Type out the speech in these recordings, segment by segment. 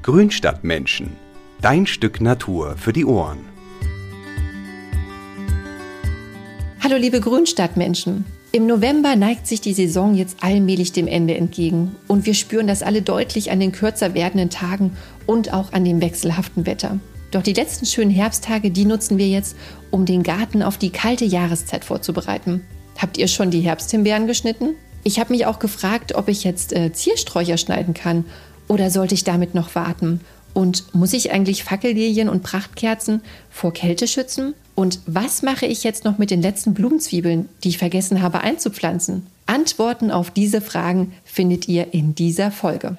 Grünstadtmenschen. Dein Stück Natur für die Ohren. Hallo liebe Grünstadtmenschen. Im November neigt sich die Saison jetzt allmählich dem Ende entgegen. Und wir spüren das alle deutlich an den kürzer werdenden Tagen und auch an dem wechselhaften Wetter. Doch die letzten schönen Herbsttage, die nutzen wir jetzt, um den Garten auf die kalte Jahreszeit vorzubereiten. Habt ihr schon die Herbsthimbeeren geschnitten? Ich habe mich auch gefragt, ob ich jetzt Ziersträucher schneiden kann oder sollte ich damit noch warten? Und muss ich eigentlich Fackellilien und Prachtkerzen vor Kälte schützen? Und was mache ich jetzt noch mit den letzten Blumenzwiebeln, die ich vergessen habe einzupflanzen? Antworten auf diese Fragen findet ihr in dieser Folge.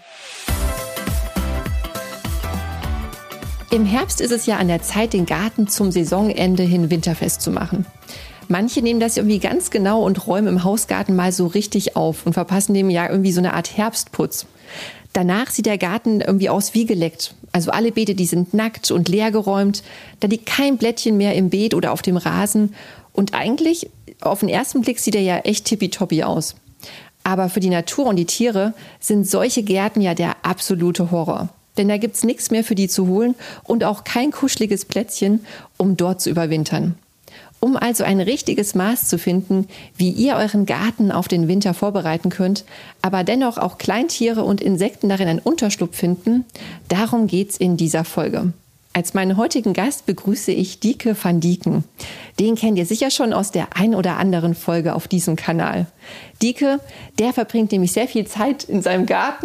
Im Herbst ist es ja an der Zeit, den Garten zum Saisonende hin winterfest zu machen. Manche nehmen das irgendwie ganz genau und räumen im Hausgarten mal so richtig auf und verpassen dem ja irgendwie so eine Art Herbstputz. Danach sieht der Garten irgendwie aus wie geleckt. Also alle Beete, die sind nackt und leer geräumt. Da liegt kein Blättchen mehr im Beet oder auf dem Rasen. Und eigentlich, auf den ersten Blick sieht er ja echt tippitoppi aus. Aber für die Natur und die Tiere sind solche Gärten ja der absolute Horror. Denn da gibt's nichts mehr für die zu holen und auch kein kuscheliges Plätzchen, um dort zu überwintern. Um also ein richtiges Maß zu finden, wie ihr euren Garten auf den Winter vorbereiten könnt, aber dennoch auch Kleintiere und Insekten darin einen Unterschlupf finden, darum geht's in dieser Folge. Als meinen heutigen Gast begrüße ich Dieke van Dieken. Den kennt ihr sicher schon aus der ein oder anderen Folge auf diesem Kanal. Dieke, der verbringt nämlich sehr viel Zeit in seinem Garten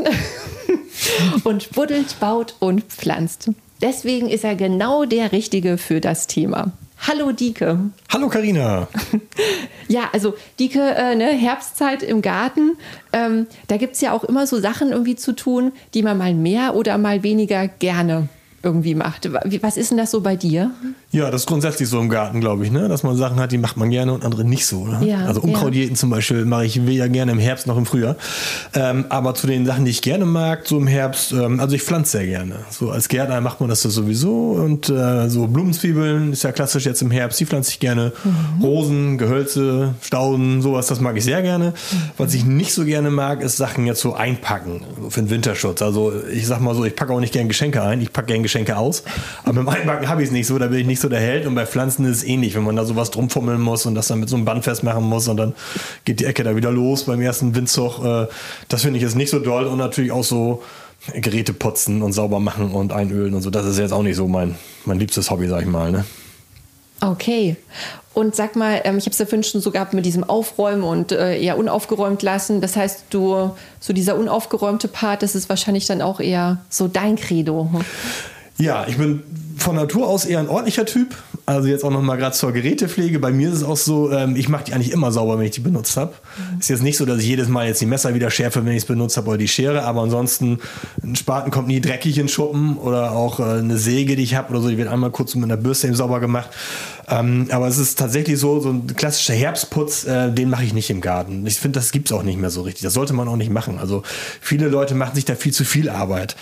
und buddelt, baut und pflanzt. Deswegen ist er genau der Richtige für das Thema. Hallo Dieke. Hallo Carina. Ja, also Dieke, Herbstzeit im Garten, da gibt's ja auch immer so Sachen irgendwie zu tun, die man mal mehr oder mal weniger gerne irgendwie macht. Was ist denn das so bei dir? Ja, das ist grundsätzlich so im Garten, glaube ich, ne? Dass man Sachen hat, die macht man gerne und andere nicht so. Ne? Ja, also Unkrautjäten zum Beispiel mache ich weder gerne im Herbst noch im Frühjahr. Aber zu den Sachen, die ich gerne mag, so im Herbst, also ich pflanze sehr gerne. So als Gärtner macht man das sowieso. Und so Blumenzwiebeln ist ja klassisch jetzt im Herbst, die pflanze ich gerne. Rosen, Gehölze, Stauden, sowas, das mag ich sehr gerne. Was ich nicht so gerne mag, ist Sachen jetzt so einpacken für den Winterschutz. Also ich sag mal so, ich packe auch nicht gerne Geschenke ein, ich packe gerne Geschenke aus. Aber mit dem Einpacken habe ich es nicht so, da bin ich nicht so der Held. Und bei Pflanzen ist es ähnlich, wenn man da sowas drumfummeln muss und das dann mit so einem Band festmachen muss und dann geht die Ecke da wieder los beim ersten Windzug. Das finde ich jetzt nicht so doll. Und natürlich auch so Geräte putzen und sauber machen und einölen und so. Das ist jetzt auch nicht so mein liebstes Hobby, sag ich mal. Ne? Okay. Und sag mal, ich habe es ja vorhin schon so gehabt mit diesem Aufräumen und eher unaufgeräumt lassen. Das heißt, so dieser unaufgeräumte Part, das ist wahrscheinlich dann auch eher so dein Credo. Ja, ich bin von Natur aus eher ein ordentlicher Typ. Also jetzt auch noch mal gerade zur Gerätepflege. Bei mir ist es auch so, ich mache die eigentlich immer sauber, wenn ich die benutzt habe. Ist jetzt nicht so, dass ich jedes Mal jetzt die Messer wieder schärfe, wenn ich es benutzt habe oder die Schere. Aber ansonsten, ein Spaten kommt nie dreckig in den Schuppen oder auch eine Säge, die ich habe oder so, die wird einmal kurz mit einer Bürste eben sauber gemacht. Aber es ist tatsächlich so ein klassischer Herbstputz, den mache ich nicht im Garten. Ich finde, das gibt's auch nicht mehr so richtig. Das sollte man auch nicht machen. Also viele Leute machen sich da viel zu viel Arbeit.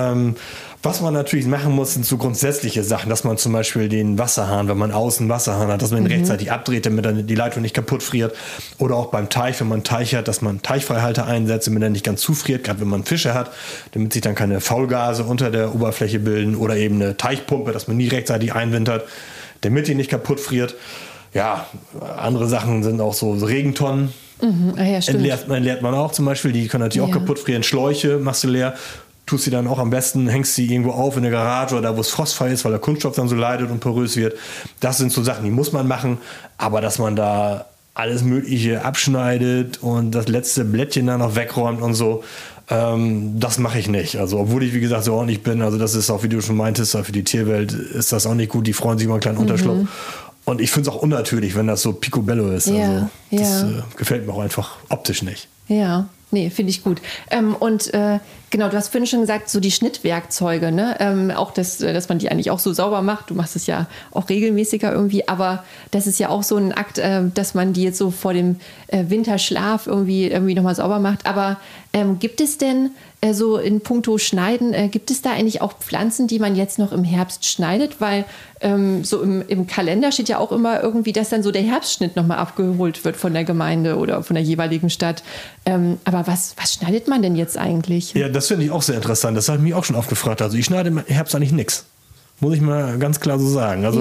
Was man natürlich machen muss, sind so grundsätzliche Sachen, dass man zum Beispiel den Wasserhahn, wenn man außen Wasserhahn hat, dass man ihn rechtzeitig abdreht, damit dann die Leitung nicht kaputt friert. Oder auch beim Teich, wenn man einen Teich hat, dass man einen Teichfreihalter einsetzt, damit er nicht ganz zufriert, gerade wenn man Fische hat, damit sich dann keine Faulgase unter der Oberfläche bilden. Oder eben eine Teichpumpe, dass man nie rechtzeitig einwintert, damit die nicht kaputt friert. Ja, andere Sachen sind auch so Regentonnen. Ja, entleert man auch zum Beispiel, die können natürlich auch kaputt frieren. Schläuche machst du leer. Tust sie dann auch am besten, hängst sie irgendwo auf in der Garage oder da, wo es frostfrei ist, weil der Kunststoff dann so leidet und porös wird. Das sind so Sachen, die muss man machen. Aber dass man da alles Mögliche abschneidet und das letzte Blättchen dann noch wegräumt und so, das mache ich nicht. Also obwohl ich, wie gesagt, so ordentlich bin, also das ist auch, wie du schon meintest, für die Tierwelt ist das auch nicht gut. Die freuen sich über einen kleinen Unterschlupf. Und ich finde es auch unnatürlich, wenn das so picobello ist. Also das gefällt mir auch einfach optisch nicht. Ja, nee, finde ich gut. Genau, du hast vorhin schon gesagt, so die Schnittwerkzeuge, ne? Auch, dass man die eigentlich auch so sauber macht. Du machst es ja auch regelmäßiger irgendwie, aber das ist ja auch so ein Akt, dass man die jetzt so vor dem Winterschlaf irgendwie nochmal sauber macht. Aber gibt es denn so in puncto Schneiden, gibt es da eigentlich auch Pflanzen, die man jetzt noch im Herbst schneidet? Weil so im Kalender steht ja auch immer irgendwie, dass dann so der Herbstschnitt nochmal abgeholt wird von der Gemeinde oder von der jeweiligen Stadt. Aber Aber was schneidet man denn jetzt eigentlich? Ja, das finde ich auch sehr interessant. Das habe ich mich auch schon oft gefragt. Also ich schneide im Herbst eigentlich nichts. Muss ich mal ganz klar so sagen. Also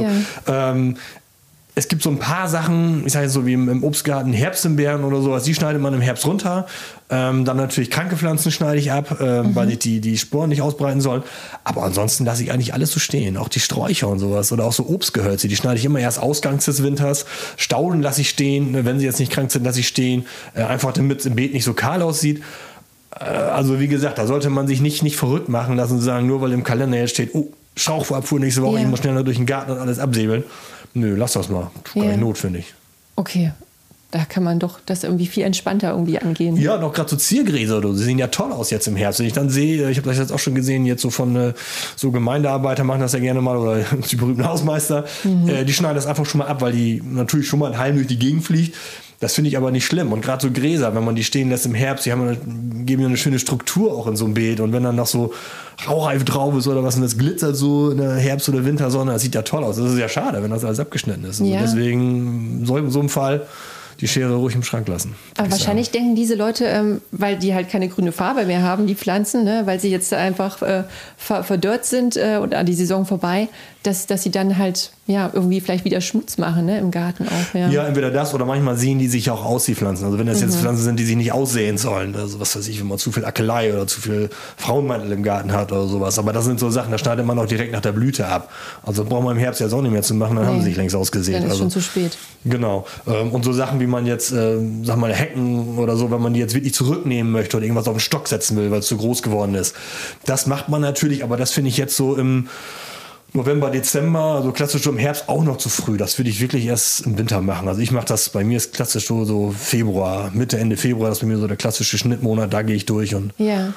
es gibt so ein paar Sachen, ich sage jetzt so wie im Obstgarten Herbsthimbeeren oder sowas, die schneidet man im Herbst runter. Dann natürlich kranke Pflanzen schneide ich ab, weil ich die Sporen nicht ausbreiten sollen. Aber ansonsten lasse ich eigentlich alles so stehen. Auch die Sträucher und sowas oder auch so Obstgehölze, die schneide ich immer erst ausgangs des Winters. Stauden lasse ich stehen, wenn sie jetzt nicht krank sind, lasse ich stehen. Einfach damit es im Beet nicht so kahl aussieht. Also wie gesagt, da sollte man sich nicht verrückt machen lassen und sagen, nur weil im Kalender jetzt steht, Strauchabfuhr nächste Woche, ich muss schneller durch den Garten und alles absäbeln. Nö, lass das mal. Tut gar nicht Not, finde ich. Okay. Da kann man doch das irgendwie viel entspannter irgendwie angehen. Ja, noch gerade so Ziergräser, die sehen ja toll aus jetzt im Herbst. Wenn ich dann sehe, ich habe das jetzt auch schon gesehen, jetzt so von so Gemeindearbeiter machen das ja gerne mal oder die berühmten Hausmeister, die schneiden das einfach schon mal ab, weil die natürlich schon mal ein Halm durch die Gegend fliegt. Das finde ich aber nicht schlimm. Und gerade so Gräser, wenn man die stehen lässt im Herbst, geben ja eine schöne Struktur auch in so einem Beet. Und wenn dann noch so Raureif drauf ist oder was und das glitzert so in der Herbst- oder Wintersonne, das sieht ja toll aus. Das ist ja schade, wenn das alles abgeschnitten ist. Also deswegen soll in so einem Fall die Schere ruhig im Schrank lassen. Aber wahrscheinlich denken diese Leute, weil die halt keine grüne Farbe mehr haben, die Pflanzen, ne, weil sie jetzt einfach verdörrt sind oder die Saison vorbei, dass sie dann halt irgendwie vielleicht wieder Schmutz machen, ne, im Garten auch. Ja, entweder das oder manchmal sehen die sich auch aus, die Pflanzen. Also wenn das jetzt Pflanzen sind, die sich nicht aussehen sollen, also was weiß ich, wenn man zu viel Akelei oder zu viel Frauenmantel im Garten hat oder sowas. Aber das sind so Sachen, da schneidet man auch direkt nach der Blüte ab. Also braucht man im Herbst jetzt auch nicht mehr zu machen, dann haben sie sich längst ausgesät. Dann ist schon zu spät. Genau. Und so Sachen, wie man jetzt, sag mal, Hecken oder so, wenn man die jetzt wirklich zurücknehmen möchte oder irgendwas auf den Stock setzen will, weil es zu groß geworden ist. Das macht man natürlich, aber das finde ich jetzt so im November, Dezember, also klassisch so im Herbst auch noch zu früh. Das würde ich wirklich erst im Winter machen. Also ich mache das, bei mir ist klassisch so Februar, Mitte, Ende Februar, das ist bei mir so der klassische Schnittmonat, da gehe ich durch und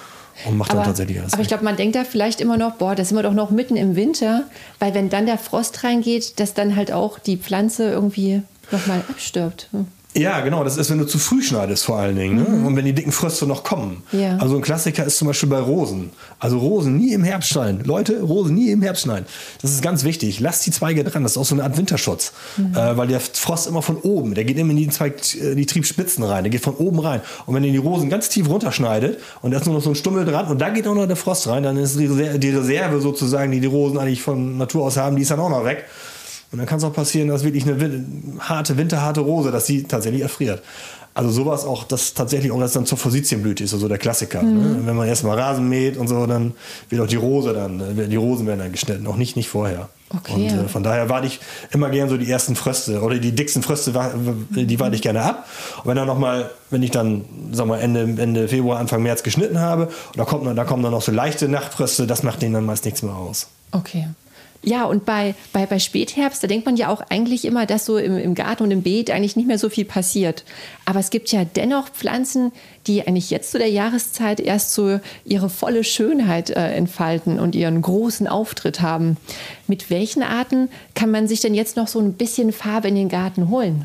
mache dann tatsächlich alles. Aber ich glaube, man denkt da vielleicht immer noch, da sind wir doch noch mitten im Winter, weil wenn dann der Frost reingeht, dass dann halt auch die Pflanze irgendwie nochmal abstirbt. Ja, genau, das ist, wenn du zu früh schneidest vor allen Dingen. Ne? Und wenn die dicken Fröste noch kommen. Ja. Also ein Klassiker ist zum Beispiel bei Rosen. Also Rosen nie im Herbst schneiden. Leute, Rosen nie im Herbst schneiden. Das ist ganz wichtig. Lasst die Zweige dran. Das ist auch so eine Art Winterschutz. Weil der Frost immer von oben, der geht immer in die Triebspitzen rein. Der geht von oben rein. Und wenn ihr die Rosen ganz tief runterschneidet und da ist nur noch so ein Stummel dran und da geht auch noch der Frost rein, dann ist die Reserve sozusagen, die Rosen eigentlich von Natur aus haben, die ist dann auch noch weg. Und dann kann es auch passieren, dass wirklich eine winterharte Rose, dass sie tatsächlich erfriert. Also sowas auch, das tatsächlich auch das dann zur Forsythienblüte ist, so also der Klassiker. Ne? Wenn man erstmal Rasen mäht und so, dann wird auch die Rosen werden dann geschnitten, auch nicht vorher. Okay, und von daher warte ich immer gern so die ersten Fröste oder die dicksten Fröste, die warte ich gerne ab. Und wenn ich dann, sag mal, Ende Februar, Anfang März geschnitten habe, da kommen dann noch so leichte Nachtfröste, das macht denen dann meist nichts mehr aus. Okay. Ja, und bei Spätherbst, da denkt man ja auch eigentlich immer, dass so im Garten und im Beet eigentlich nicht mehr so viel passiert. Aber es gibt ja dennoch Pflanzen, die eigentlich jetzt zu der Jahreszeit erst so ihre volle Schönheit entfalten und ihren großen Auftritt haben. Mit welchen Arten kann man sich denn jetzt noch so ein bisschen Farbe in den Garten holen?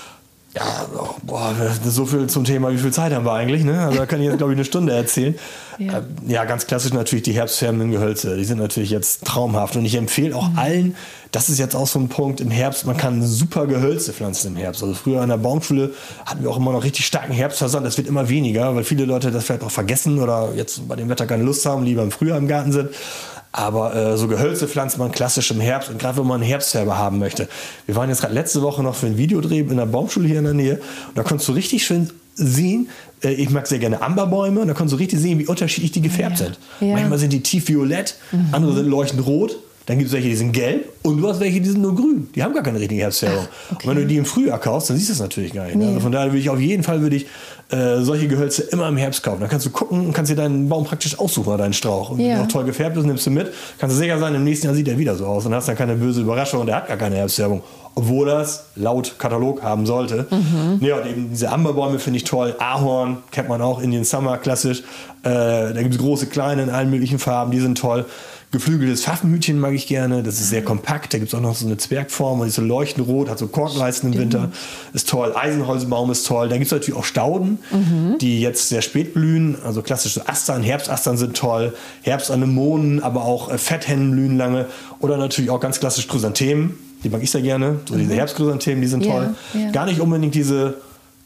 Ja, so viel zum Thema, wie viel Zeit haben wir eigentlich, ne? Also da kann ich jetzt, glaube ich, eine Stunde erzählen. Ja, ganz klassisch natürlich die herbstfärbenden Gehölze. Die sind natürlich jetzt traumhaft. Und ich empfehle auch allen, das ist jetzt auch so ein Punkt im Herbst, man kann super Gehölze pflanzen im Herbst. Also früher an der Baumschule hatten wir auch immer noch richtig starken Herbstversand. Das wird immer weniger, weil viele Leute das vielleicht auch vergessen oder jetzt bei dem Wetter keine Lust haben, lieber im Frühjahr im Garten sind. Aber so Gehölze pflanzt man klassisch im Herbst und gerade wenn man einen Herbstfärber haben möchte. Wir waren jetzt gerade letzte Woche noch für ein Videodreh in der Baumschule hier in der Nähe und da konntest du richtig schön sehen, ich mag sehr gerne Amberbäume und da konntest du richtig sehen, wie unterschiedlich die gefärbt sind. Ja. Manchmal sind die tief violett, andere sind leuchtend rot. Dann gibt es welche, die sind gelb und du hast welche, die sind nur grün. Die haben gar keine richtige Herbstfärbung. Okay. Und wenn du die im Frühjahr kaufst, dann siehst du das natürlich gar nicht. Ne? Also von daher würde ich auf jeden Fall solche Gehölze immer im Herbst kaufen. Dann kannst du gucken und kannst dir deinen Baum praktisch aussuchen, deinen Strauch. Und wenn der auch toll gefärbt ist, nimmst du mit. Kannst du sicher sein, im nächsten Jahr sieht er wieder so aus. Und hast dann keine böse Überraschung und der hat gar keine Herbstfärbung. Obwohl das laut Katalog haben sollte. Ja, und eben diese Amberbäume finde ich toll. Ahorn kennt man auch, Indian Summer klassisch. Da gibt es große, kleine in allen möglichen Farben, die sind toll. Geflügeltes Pfaffenhütchen mag ich gerne, das ist sehr kompakt, da gibt es auch noch so eine Zwergform, die ist so leuchtend rot, hat so Korkleisten im Winter, ist toll. Eisenholzbaum ist toll, dann gibt es natürlich auch Stauden, die jetzt sehr spät blühen, also klassische Astern, Herbstastern sind toll, Herbstanemonen, aber auch Fetthennen blühen lange oder natürlich auch ganz klassisch Chrysanthemen, die mag ich sehr gerne, so diese Herbstchrysanthemen, die sind toll. Ja. Gar nicht unbedingt diese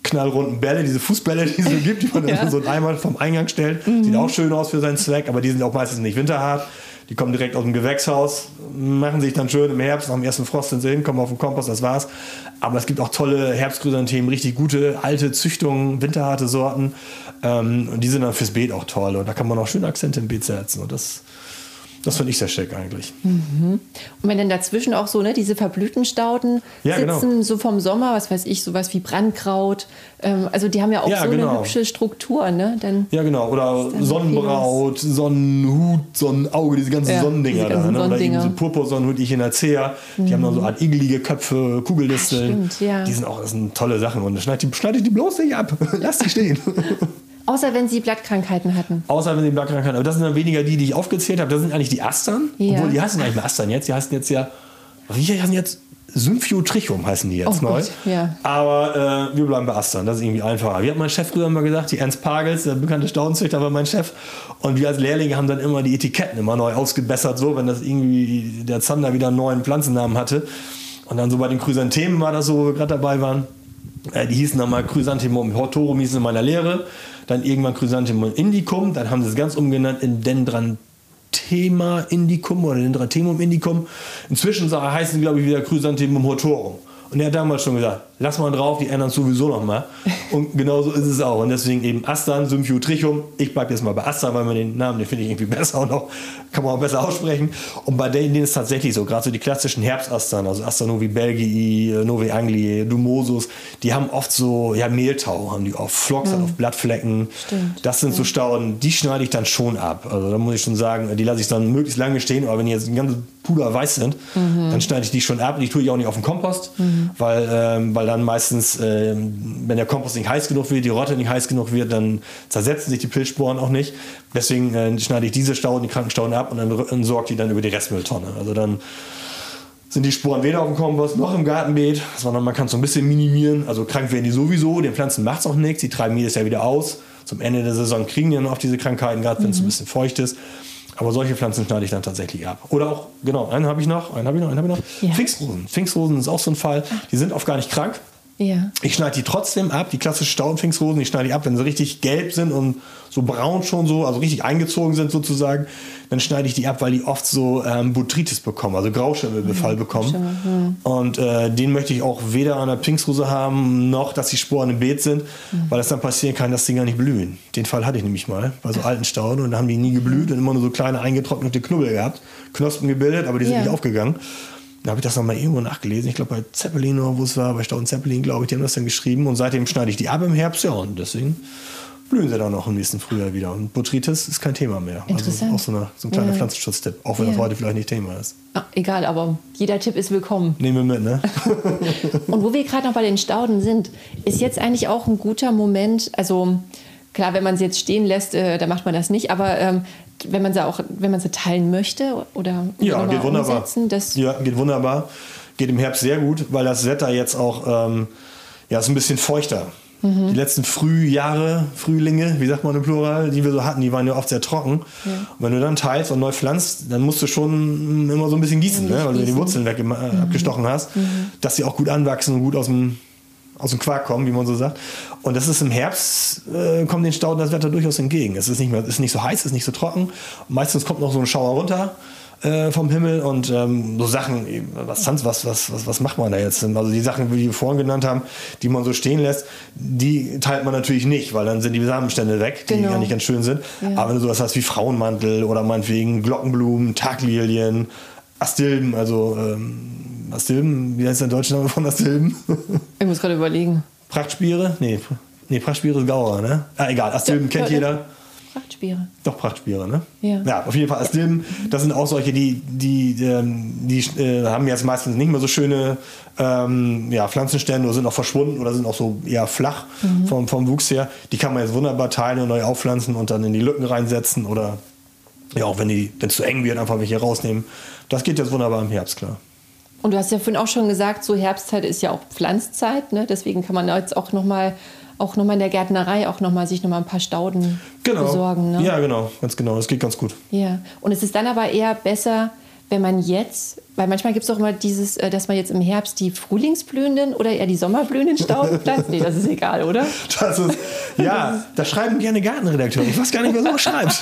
knallrunden Bälle, diese Fußbälle, die es so gibt, die man in so einen Eimer vom Eingang stellt. Sieht auch schön aus für seinen Zweck, aber die sind auch meistens nicht winterhart. Die kommen direkt aus dem Gewächshaus, machen sich dann schön im Herbst, nach dem ersten Frost sind sie hin, kommen auf den Kompost, das war's. Aber es gibt auch tolle Herbstchrysanthemen, richtig gute, alte Züchtungen, winterharte Sorten. Und die sind dann fürs Beet auch toll. Und da kann man auch schöne Akzente im Beet setzen. Und das finde ich sehr schick eigentlich. Und wenn dann dazwischen auch so diese verblühten Stauden sitzen, so vom Sommer, was weiß ich, sowas wie Brandkraut. Also die haben ja auch eine hübsche Struktur. Ne? Dann oder Sonnenbraut, Sonnenhut, Sonnenauge, diese ganzen Sonnendinger da. Ne? Oder eben so Purpursonnenhut, Echinacea. Die haben dann so Art igelige Köpfe, Kugeldisteln. Die sind das sind tolle Sachen. Und schneid die bloß nicht ab. Lass die stehen. Außer wenn sie Blattkrankheiten hatten. Aber das sind dann weniger die ich aufgezählt habe. Das sind eigentlich die Astern. Obwohl, die heißen eigentlich mehr Astern jetzt. Die heißen jetzt Symphyotrichum heißen die jetzt neu. Ja. Aber wir bleiben bei Astern. Das ist irgendwie einfacher. Wie hat mein Chef früher mal gesagt, die Ernst Pagels, der bekannte Staudenzüchter, war mein Chef. Und wir als Lehrlinge haben dann immer die Etiketten immer neu ausgebessert, so, wenn das irgendwie der Zander wieder einen neuen Pflanzennamen hatte. Und dann so bei den Chrysanthemen war das so, wo wir gerade dabei waren. Die hießen dann mal Chrysanthemum hortorum, hießen in meiner Lehre. Dann irgendwann Chrysanthemum indicum. Dann haben sie es ganz umgenannt in Dendranthema indicum oder Dendranthemum indicum. Inzwischen heißen sie, glaube ich, wieder Chrysanthemum hortorum. Und er hat damals schon gesagt, lass mal drauf, die ändern es sowieso noch mal. Und genauso ist es auch. Und deswegen eben Astern, Symphyotrichum. Ich bleibe jetzt mal bei Astern, weil man den Namen, den finde ich irgendwie besser und auch, kann man auch besser aussprechen. Und bei denen ist es tatsächlich so, gerade so die klassischen Herbstastern, also Aster novi belgii, Novae angliae, Dumosus, die haben oft so, Mehltau haben die oft, Phlox hat auf Blattflecken. Stimmt. Das sind so Stauden, die schneide ich dann schon ab. Also da muss ich schon sagen, die lasse ich dann möglichst lange stehen, aber wenn die jetzt ein ganzes Puder weiß sind, dann schneide ich die schon ab. Die tue ich auch nicht auf den Kompost, weil dann meistens, wenn der Kompost nicht heiß genug wird, die Rotte nicht heiß genug wird, dann zersetzen sich die Pilzsporen auch nicht. Deswegen schneide ich diese Stauden, die kranken Stauden ab und dann entsorge die dann über die Restmülltonne. Also dann sind die Sporen weder auf dem Kompost noch im Gartenbeet, sondern man kann es so ein bisschen minimieren. Also krank werden die sowieso, den Pflanzen macht es auch nichts, die treiben jedes Jahr wieder aus. Zum Ende der Saison kriegen die dann auch diese Krankheiten, gerade wenn es ein bisschen feucht ist. Aber solche Pflanzen schneide ich dann tatsächlich ab. Oder auch, einen habe ich noch. Ja. Pfingstrosen. Pfingstrosen ist auch so ein Fall. Die sind oft gar nicht krank. Ja. Ich schneide die trotzdem ab, die klassischen Staudenpfingstrosen, ich schneide die ab, wenn sie richtig gelb sind und so braun schon so, also richtig eingezogen sind sozusagen, dann schneide ich die ab, weil die oft so Botrytis bekommen, also Grauschimmelbefall bekommen. Und den möchte ich auch weder an der Pfingstrose haben, noch, dass die Sporen im Beet sind, weil es dann passieren kann, dass die gar nicht blühen. Den Fall hatte ich nämlich mal bei so alten Stauden und da haben die nie geblüht und immer nur so kleine eingetrocknete Knubbel gehabt, Knospen gebildet, aber die sind nicht aufgegangen. Da habe ich das nochmal irgendwo nachgelesen. Ich glaube bei Zeppelin oder wo es war, bei Stauden Zeppelin, glaube ich, die haben das dann geschrieben. Und seitdem schneide ich die ab im Herbst, ja, und deswegen blühen sie dann auch im nächsten Frühjahr wieder. Und Botrytis ist kein Thema mehr. Interessant. Also auch so ein kleiner Pflanzenschutztipp, auch wenn das heute vielleicht nicht Thema ist. Egal, aber jeder Tipp ist willkommen. Nehmen wir mit, ne? Und wo wir gerade noch bei den Stauden sind, ist jetzt eigentlich auch ein guter Moment, also klar, wenn man sie jetzt stehen lässt, da macht man das nicht, aber wenn man sie teilen möchte oder geht wunderbar. Umsetzen, geht wunderbar. Geht im Herbst sehr gut, weil das Wetter jetzt auch ist ein bisschen feuchter. Die letzten Frühlinge, wie sagt man im Plural, die wir so hatten, die waren ja oft sehr trocken. Ja. Und wenn du dann teilst und neu pflanzt, dann musst du schon immer so ein bisschen gießen, ne? Weil du die Wurzeln abgestochen hast, dass sie auch gut anwachsen und gut aus dem Quark kommen, wie man so sagt. Und das ist im Herbst, kommt den Stauden das Wetter durchaus entgegen. Es ist nicht so heiß, es ist nicht so trocken. Und meistens kommt noch so ein Schauer runter vom Himmel und so Sachen, was macht man da jetzt? Also die Sachen, die wir vorhin genannt haben, die man so stehen lässt, die teilt man natürlich nicht, weil dann sind die Samenstände weg, die eigentlich ganz schön sind. Ja. Aber wenn du sowas hast wie Frauenmantel oder meinetwegen Glockenblumen, Taglilien, Astilben, Astilben, wie heißt der deutsche Name von Astilben? Ich muss gerade überlegen. Prachtspiere? Nee, Prachtspiere ist Gauer, ne? Egal, Astilben kennt jeder. Prachtspiere. Doch, Prachtspiere, ne? Ja. Auf jeden Fall Astilben, das sind auch solche, die haben jetzt meistens nicht mehr so schöne Pflanzenstände oder sind auch verschwunden oder sind auch so eher flach vom Wuchs her. Die kann man jetzt wunderbar teilen und neu aufpflanzen und dann in die Lücken reinsetzen oder auch wenn es zu eng wird, einfach welche rausnehmen. Das geht jetzt wunderbar im Herbst, klar. Und du hast ja vorhin auch schon gesagt, so Herbstzeit ist ja auch Pflanzzeit, ne? Deswegen kann man jetzt auch noch mal in der Gärtnerei sich noch mal ein paar Stauden besorgen. Ne? Ja, genau, ganz genau. Das geht ganz gut. Ja. Und es ist dann aber eher besser, wenn man jetzt Weil manchmal gibt es doch immer dieses, dass man jetzt im Herbst die frühlingsblühenden oder eher die sommerblühenden Stauden pflanzt. Nee, das ist egal, oder? Das ist, ja, da schreiben gerne Gartenredakteure. Ich weiß gar nicht, wer so schreibt.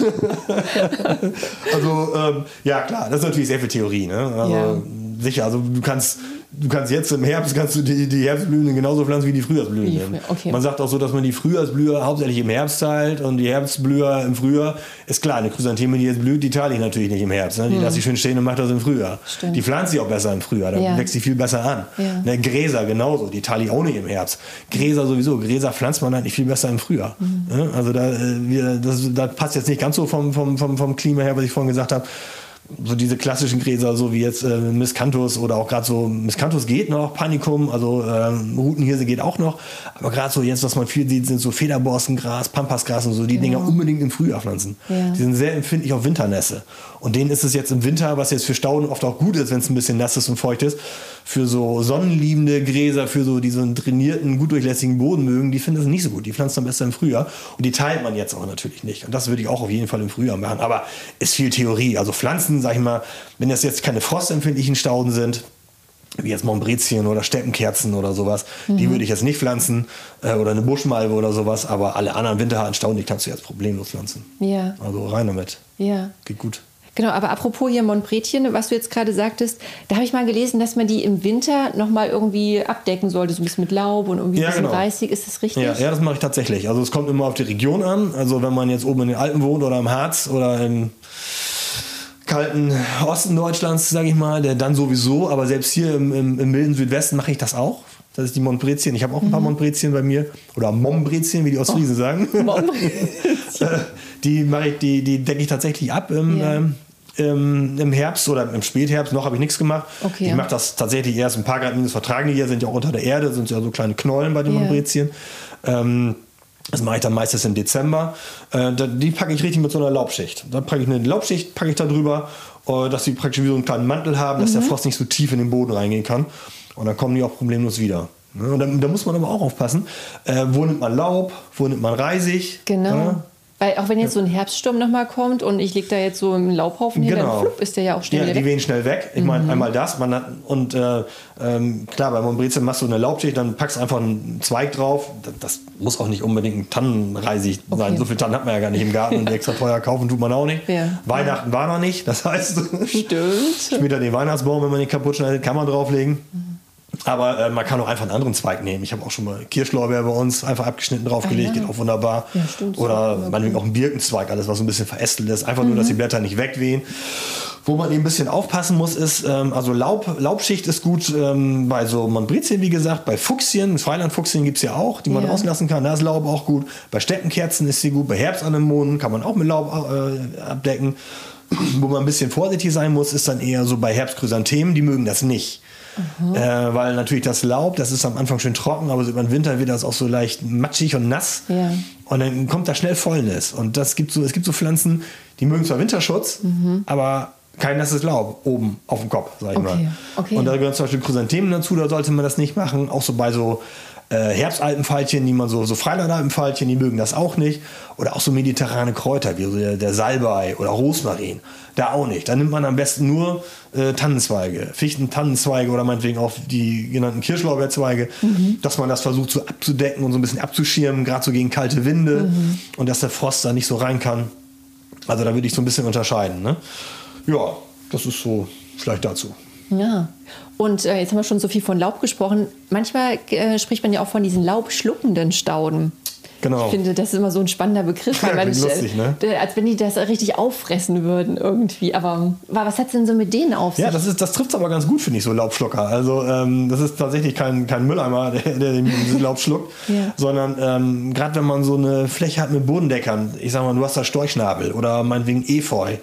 Also, ja klar, das ist natürlich sehr viel Theorie. Ne? Also, sicher, also du kannst jetzt im Herbst die Herbstblühenden genauso pflanzen wie die Frühjahrsblühenden. Okay. Man sagt auch so, dass man die Frühjahrsblüher hauptsächlich im Herbst teilt und die Herbstblüher im Frühjahr. Ist klar, eine Chrysantheme, die jetzt blüht, die teile ich natürlich nicht im Herbst. Ne? Die lasse ich schön stehen und mache das im Frühjahr. Stimmt. Die pflanze ich auch besser im Frühjahr, da wächst sie viel besser an. Ja. Ne? Gräser genauso, die teile ich auch nicht im Herbst. Gräser sowieso, Gräser pflanzt man eigentlich viel besser im Frühjahr. Ne? Also das passt jetzt nicht ganz so vom Klima her, was ich vorhin gesagt habe. So diese klassischen Gräser, so wie jetzt Miscanthus oder auch gerade so, Miscanthus geht noch, Panicum, also Rutenhirse geht auch noch, aber gerade so jetzt, was man viel sieht, sind so Federborstengras, Pampasgras und so, die Dinger unbedingt im Frühjahr pflanzen. Ja. Die sind sehr empfindlich auf Winternässe. Und denen ist es jetzt im Winter, was jetzt für Stauden oft auch gut ist, wenn es ein bisschen nass ist und feucht ist, für so sonnenliebende Gräser, für so diesen trainierten, gut durchlässigen Boden mögen, die finden das nicht so gut. Die pflanzen dann besser im Frühjahr und die teilt man jetzt auch natürlich nicht. Und das würde ich auch auf jeden Fall im Frühjahr machen. Aber ist viel Theorie. Also Pflanzen, sag ich mal, wenn das jetzt keine frostempfindlichen Stauden sind, wie jetzt Montbrezien oder Steppenkerzen oder sowas, die würde ich jetzt nicht pflanzen oder eine Buschmalve oder sowas, aber alle anderen winterharten Stauden, die kannst du jetzt problemlos pflanzen. Ja. Also rein damit. Ja. Geht gut. Genau, aber apropos hier Montbrezien, was du jetzt gerade sagtest, da habe ich mal gelesen, dass man die im Winter nochmal irgendwie abdecken sollte, so ein bisschen mit Laub und irgendwie ein bisschen reißig. Ist das richtig? Ja, das mache ich tatsächlich. Also es kommt immer auf die Region an. Also wenn man jetzt oben in den Alpen wohnt oder im Harz oder im kalten Osten Deutschlands, sage ich mal, dann sowieso. Aber selbst hier im milden Südwesten mache ich das auch. Das ist die Montbrezien. Ich habe auch ein paar Montbrezien bei mir. Oder Montbrezien, wie die Ostfriesen sagen. Die decke ich tatsächlich ab im Herbst oder im Spätherbst. Noch habe ich nichts gemacht. Okay, ich mache das tatsächlich erst ein paar Grad minus vertragen. Die hier sind ja auch unter der Erde, sind ja so kleine Knollen bei den Montbrezien. Das mache ich dann meistens im Dezember. Die packe ich richtig mit so einer Laubschicht. Da packe ich eine Laubschicht da drüber, dass sie praktisch wie so einen kleinen Mantel haben, dass der Frost nicht so tief in den Boden reingehen kann. Und dann kommen die auch problemlos wieder. Und da muss man aber auch aufpassen. Wo nimmt man Laub? Wo nimmt man Reisig? Genau. Ja. Weil auch wenn jetzt so ein Herbststurm nochmal kommt und ich lege da jetzt so einen Laubhaufen hin, dann flupp, ist der ja auch schnell wieder weg. Die wehen schnell weg. Ich meine, einmal das. Klar, bei Montbrezien machst du eine Laubschicht, dann packst du einfach einen Zweig drauf. Das muss auch nicht unbedingt ein Tannenreisig sein. So viel Tannen hat man ja gar nicht im Garten und extra teuer kaufen tut man auch nicht. Ja. Weihnachten war noch nicht. Das heißt, später den Weihnachtsbaum, wenn man den kaputt schneidet, kann man drauflegen. Aber man kann auch einfach einen anderen Zweig nehmen. Ich habe auch schon mal Kirschlorbeer bei uns einfach abgeschnitten draufgelegt, geht auch wunderbar. Ja, stimmt, oder meinetwegen auch einen Birkenzweig, alles was so ein bisschen verästelt ist. Einfach nur, dass die Blätter nicht wegwehen. Wo man eben ein bisschen aufpassen muss, ist, also Laubschicht ist gut bei so Montbrezien, wie gesagt, bei Fuchsien, Freilandfuchsien gibt es ja auch, die man rauslassen kann, da ist Laub auch gut. Bei Steppenkerzen ist sie gut, bei Herbstanemonen kann man auch mit Laub abdecken. Wo man ein bisschen vorsichtig sein muss, ist dann eher so bei Herbstchrysanthemen, die mögen das nicht. Weil natürlich das Laub, das ist am Anfang schön trocken, aber so über den Winter wird das auch so leicht matschig und nass. Ja. Und dann kommt da schnell Fäulnis. Und es gibt so Pflanzen, die mögen zwar Winterschutz, aber kein nasses Laub oben auf dem Kopf, sag ich mal. Okay. Und da gehören zum Beispiel Chrysanthemen dazu, da sollte man das nicht machen. Auch so bei so Herbstalpenfeilchen, die man so Freilandalpenfeilchen, die mögen das auch nicht. Oder auch so mediterrane Kräuter, wie so der Salbei oder Rosmarin. Da auch nicht. Da nimmt man am besten nur Tannenzweige, Fichten-Tannenzweige oder meinetwegen auch die genannten Kirschlorbeerzweige, dass man das versucht so abzudecken und so ein bisschen abzuschirmen, gerade so gegen kalte Winde und dass der Frost da nicht so rein kann. Also da würde ich so ein bisschen unterscheiden. Ne? Ja, das ist so vielleicht dazu. Ja, und jetzt haben wir schon so viel von Laub gesprochen. Manchmal spricht man ja auch von diesen laubschluckenden Stauden. Genau. Ich finde, das ist immer so ein spannender Begriff, weil man, lustig, ne? Als wenn die das richtig auffressen würden irgendwie. Aber was hat es denn so mit denen auf sich? Ja, das trifft es aber ganz gut, finde ich, so Laubschlucker. Also das ist tatsächlich kein Mülleimer, der den Laub schluckt, sondern gerade wenn man so eine Fläche hat mit Bodendeckern, ich sag mal, du hast da Storchschnabel oder meinetwegen Efeu.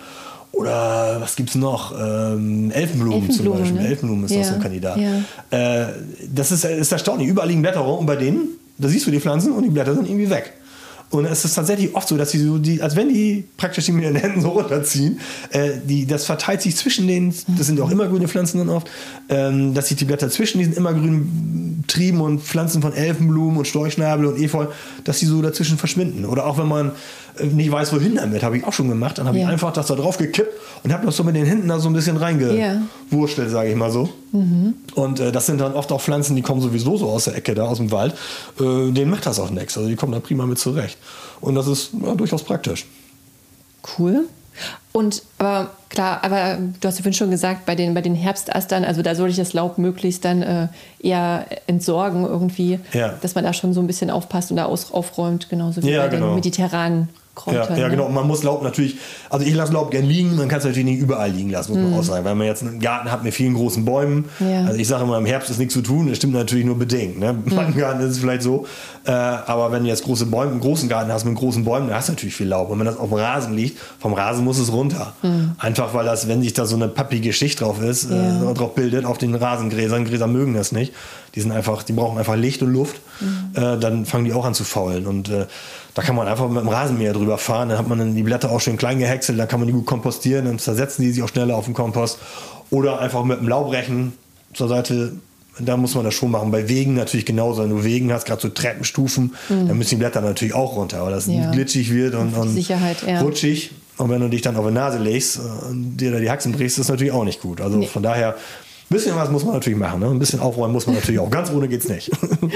Oder was gibt's noch? Elfenblumen zum Beispiel. Ne? Elfenblumen ist doch so ein Kandidat. Ja. Das ist erstaunlich. Überall liegen Blätter rum und bei denen, da siehst du die Pflanzen und die Blätter sind irgendwie weg. Und es ist tatsächlich oft so, dass sie so als wenn die praktisch die mit den Händen so runterziehen, das verteilt sich zwischen den, das sind auch immergrüne Pflanzen dann oft, dass sich die Blätter zwischen diesen immergrünen Trieben und Pflanzen von Elfenblumen und Storchschnabel und Efeu, dass die so dazwischen verschwinden. Oder auch wenn man nicht weiß, wohin damit, habe ich auch schon gemacht, dann habe ich einfach das da drauf gekippt und habe das so mit den Händen da so ein bisschen reingewurstelt, sage ich mal so. Und das sind dann oft auch Pflanzen, die kommen sowieso so aus der Ecke da, aus dem Wald. Denen macht das auch nichts. Also die kommen da prima mit zurecht. Und das ist durchaus praktisch. Cool. Und aber klar, aber du hast ja vorhin schon gesagt, bei den Herbstastern, also da soll ich das Laub möglichst dann eher entsorgen irgendwie, dass man da schon so ein bisschen aufpasst und da aufräumt, genauso wie bei den mediterranen Kräutern. Ja, genau. Und man muss Laub natürlich, also ich lasse Laub gern liegen, man kann es natürlich nicht überall liegen lassen, muss man auch sagen. Weil man jetzt einen Garten hat mit vielen großen Bäumen. Ja. Also ich sage immer, im Herbst ist nichts zu tun, das stimmt natürlich nur bedingt. Ne? Bei manchen Garten ist es vielleicht so. Aber wenn du jetzt einen großen Garten hast mit großen Bäumen, dann hast du natürlich viel Laub. Und wenn das auf dem Rasen liegt, vom Rasen muss es runter. Einfach weil das, wenn sich da so eine pappige Schicht drauf ist, drauf bildet, auf den Rasengräsern, Gräser mögen das nicht. Die brauchen einfach Licht und Luft. Dann fangen die auch an zu faulen. Und da kann man einfach mit dem Rasenmäher drüber fahren. Dann hat man dann die Blätter auch schön klein gehäckselt. Dann kann man die gut kompostieren. Dann zersetzen die sich auch schneller auf dem Kompost. Oder einfach mit dem Laubrechen zur Seite. Da muss man das schon machen. Bei Wegen natürlich genauso. Wenn du Wegen hast, gerade so Treppenstufen, dann müssen die Blätter natürlich auch runter, weil das glitschig wird und rutschig. Und wenn du dich dann auf die Nase legst und dir da die Haxen brichst, ist das natürlich auch nicht gut. Also von daher, ein bisschen was muss man natürlich machen. Ne? Ein bisschen aufräumen muss man natürlich auch. Ganz ohne geht's nicht.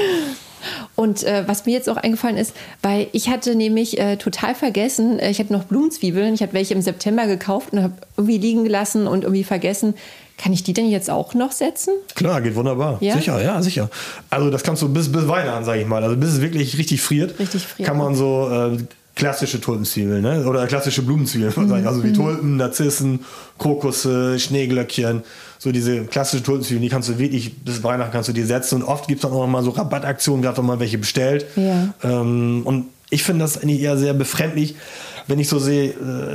Und was mir jetzt auch eingefallen ist, weil ich hatte nämlich total vergessen, ich hatte noch Blumenzwiebeln, ich hatte welche im September gekauft und habe irgendwie liegen gelassen und irgendwie vergessen. Kann ich die denn jetzt auch noch setzen? Klar, geht wunderbar. Ja? Sicher. Also das kannst du bis Weihnachten, sage ich mal. Also bis es wirklich richtig friert. Kann man so klassische Tulpenzwiebeln, ne? Oder klassische Blumenzwiebeln, also wie Tulpen, Narzissen, Krokusse, Schneeglöckchen. So diese klassische Tulpenzwiebeln, die kannst du wirklich bis Weihnachten kannst du die setzen. Und oft gibt es dann auch noch mal so Rabattaktionen, gerade wenn man welche bestellt. Ja. Und ich finde das eigentlich eher sehr befremdlich, wenn ich so sehe,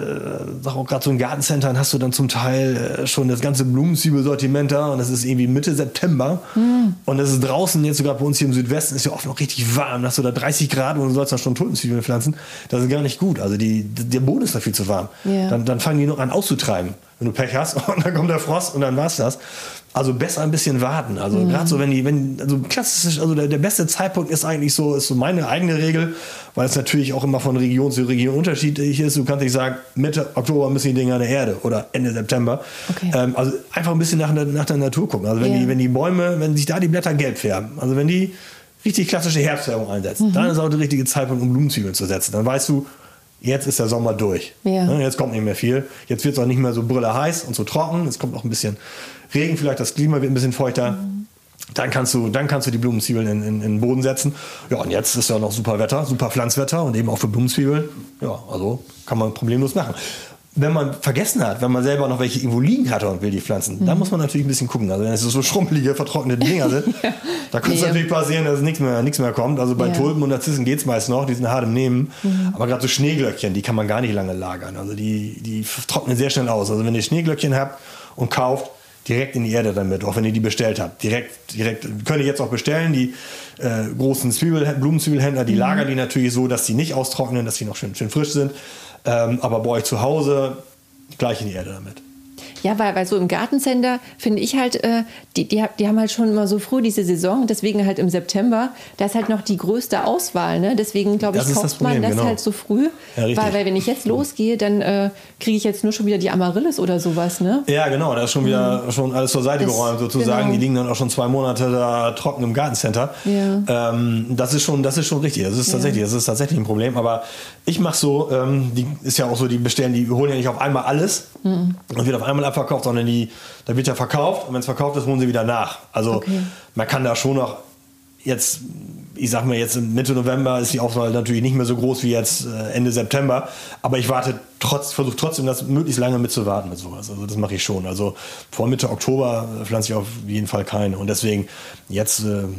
sag auch gerade so in Gartencentern hast du dann zum Teil schon das ganze Blumenzwiebelsortiment da und es ist irgendwie Mitte September und es ist draußen, jetzt sogar bei uns hier im Südwesten, ist ja oft noch richtig warm, da hast du da 30 Grad und du sollst dann schon Tulpenzwiebeln pflanzen. Das ist gar nicht gut, also der Boden ist da viel zu warm. Ja. Dann fangen die noch an auszutreiben, wenn du Pech hast und dann kommt der Frost und dann war's das. Also besser ein bisschen warten. Also gerade so, klassisch, also der beste Zeitpunkt ist eigentlich so meine eigene Regel, weil es natürlich auch immer von Region zu Region unterschiedlich ist. Du kannst nicht sagen, Mitte Oktober müssen die Dinger an der Erde oder Ende September. Okay. Also einfach ein bisschen nach der Natur gucken. Also wenn die Bäume, wenn sich da die Blätter gelb färben, also wenn die richtig klassische Herbstfärbung einsetzen, dann ist auch der richtige Zeitpunkt, um Blumenzwiebeln zu setzen. Dann weißt du, jetzt ist der Sommer durch. Ja. Jetzt kommt nicht mehr viel. Jetzt wird es auch nicht mehr so brülle heiß und so trocken. Es kommt auch ein bisschen Regen, vielleicht das Klima wird ein bisschen feuchter. Dann kannst du die Blumenzwiebeln in den Boden setzen. Ja, und jetzt ist ja noch super Wetter, super Pflanzwetter und eben auch für Blumenzwiebeln. Ja, also kann man problemlos machen. Wenn man vergessen hat, wenn man selber noch welche irgendwo liegen hatte und will die pflanzen, dann muss man natürlich ein bisschen gucken. Also wenn es so schrumpelige, vertrocknete Dinger sind, da kann es natürlich passieren, dass nichts mehr kommt. Also bei Tulpen und Narzissen geht es meist noch, die sind hart im Nehmen. Aber gerade so Schneeglöckchen, die kann man gar nicht lange lagern. Also die trocknen sehr schnell aus. Also wenn ihr Schneeglöckchen habt und kauft, direkt in die Erde damit, auch wenn ihr die bestellt habt. Direkt könnt ihr jetzt auch bestellen. Die großen Blumenzwiebelhändler, die lagern die natürlich so, dass die nicht austrocknen, dass die noch schön frisch sind. Aber bei euch zu Hause gleich in die Erde damit. Ja, weil so im Gartencenter finde ich halt, die haben halt schon immer so früh diese Saison, deswegen halt im September, da ist halt noch die größte Auswahl, ne? Deswegen glaube ich, kauft man das halt so früh, ja, weil wenn ich jetzt losgehe, dann kriege ich jetzt nur schon wieder die Amaryllis oder sowas, ne? Ja, genau, da ist schon wieder schon alles zur Seite geräumt sozusagen, die liegen dann auch schon 2 Monate da trocken im Gartencenter. Ja. Das ist schon richtig, das ist tatsächlich ein Problem, aber ich mache so, die ist ja auch so, die holen ja nicht auf einmal alles und wird auf einmal abverkauft, sondern da wird ja verkauft und wenn es verkauft ist, holen sie wieder nach. Also man kann da schon noch jetzt, ich sag mal jetzt Mitte November ist die Auswahl natürlich nicht mehr so groß wie jetzt Ende September, aber ich versuche trotzdem das möglichst lange mitzuwarten mit sowas. Also das mache ich schon. Also vor Mitte Oktober pflanze ich auf jeden Fall keine und deswegen jetzt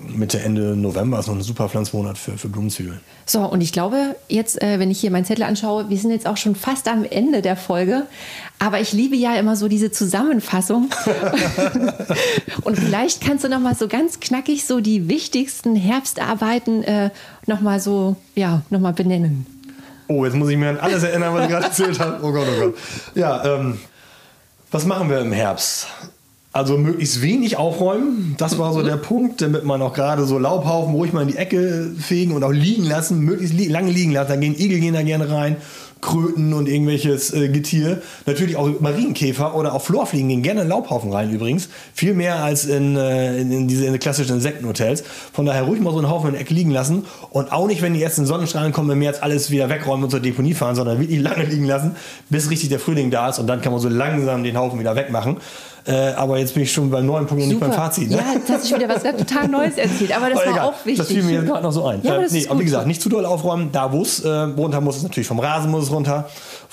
Mitte, Ende November ist noch ein super Pflanzmonat für Blumenzwiebeln. So, und ich glaube, jetzt, wenn ich hier meinen Zettel anschaue, wir sind jetzt auch schon fast am Ende der Folge. Aber ich liebe ja immer so diese Zusammenfassung. Und vielleicht kannst du noch mal so ganz knackig so die wichtigsten Herbstarbeiten noch mal benennen. Oh, jetzt muss ich mir an alles erinnern, was ich gerade erzählt habe. Oh Gott, oh Gott. Ja, was machen wir im Herbst? Also möglichst wenig aufräumen, das war so der Punkt, damit man auch gerade so Laubhaufen ruhig mal in die Ecke fegen und auch liegen lassen, möglichst lange liegen lassen. Igel gehen da gerne rein, Kröten und irgendwelches Getier. Natürlich auch Marienkäfer oder auch Florfliegen gehen gerne in Laubhaufen rein übrigens. Viel mehr als in diese klassischen Insektenhotels. Von daher ruhig mal so einen Haufen in der Ecke liegen lassen und auch nicht, wenn die ersten Sonnenstrahlen kommen, im März alles wieder wegräumen und zur Deponie fahren, sondern wirklich lange liegen lassen, bis richtig der Frühling da ist und dann kann man so langsam den Haufen wieder wegmachen. Aber jetzt bin ich schon beim neuen Punkt und nicht beim Fazit. Ne? Ja, jetzt hast du wieder was total Neues erzählt, aber das war egal, auch wichtig. Das fiel mir jetzt gerade noch so ein. Ja, aber aber wie gesagt, nicht zu doll aufräumen. Da wo es runter muss, ist natürlich vom Rasen muss es runter,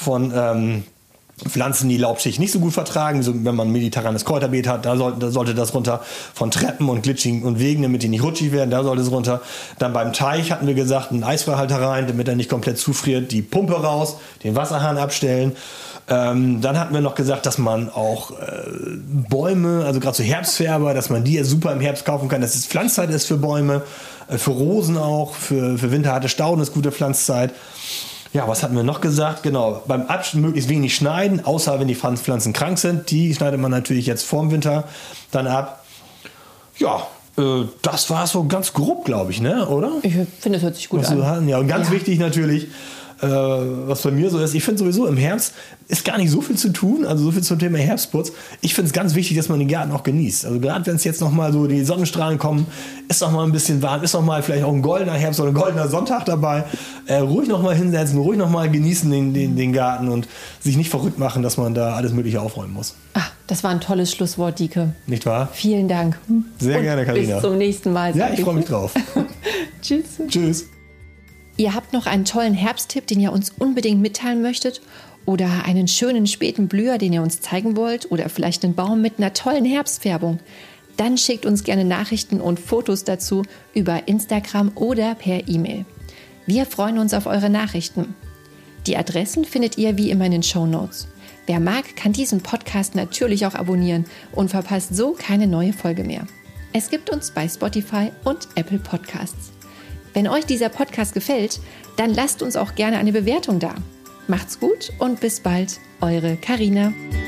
von Pflanzen, die Laubschicht nicht so gut vertragen, so, wenn man ein mediterranes Kräuterbeet hat, da sollte das runter. Von Treppen und glitschigen und Wegen, damit die nicht rutschig werden, da sollte es runter. Dann beim Teich hatten wir gesagt, einen Eisfreihalter rein, damit er nicht komplett zufriert, die Pumpe raus, den Wasserhahn abstellen. Dann hatten wir noch gesagt, dass man auch Bäume, also gerade so Herbstfärber, dass man die ja super im Herbst kaufen kann, dass es Pflanzzeit ist für Bäume, für Rosen auch, für winterharte Stauden ist gute Pflanzzeit. Ja, was hatten wir noch gesagt? Genau, beim Abschnitt möglichst wenig schneiden, außer wenn die Pflanzen krank sind. Die schneidet man natürlich jetzt vorm Winter dann ab. Ja, das war so ganz grob, glaube ich, ne? Oder? Ich finde, das hört sich gut an. Ja, und ganz wichtig natürlich, was bei mir so ist, ich finde sowieso im Herbst ist gar nicht so viel zu tun, also so viel zum Thema Herbstputz. Ich finde es ganz wichtig, dass man den Garten auch genießt. Also gerade wenn es jetzt nochmal so die Sonnenstrahlen kommen, ist noch mal ein bisschen warm, ist noch mal vielleicht auch ein goldener Herbst oder ein goldener Sonntag dabei. Ruhig nochmal hinsetzen, ruhig nochmal genießen den Garten und sich nicht verrückt machen, dass man da alles Mögliche aufräumen muss. Ach, das war ein tolles Schlusswort, Dieke. Nicht wahr? Vielen Dank. Sehr gerne, Carina. Bis zum nächsten Mal. Ja, ich freue mich drauf. Tschüss. Tschüss. Ihr habt noch einen tollen Herbsttipp, den ihr uns unbedingt mitteilen möchtet? Oder einen schönen späten Blüher, den ihr uns zeigen wollt? Oder vielleicht einen Baum mit einer tollen Herbstfärbung? Dann schickt uns gerne Nachrichten und Fotos dazu über Instagram oder per E-Mail. Wir freuen uns auf eure Nachrichten. Die Adressen findet ihr wie immer in den Shownotes. Wer mag, kann diesen Podcast natürlich auch abonnieren und verpasst so keine neue Folge mehr. Es gibt uns bei Spotify und Apple Podcasts. Wenn euch dieser Podcast gefällt, dann lasst uns auch gerne eine Bewertung da. Macht's gut und bis bald, eure Carina.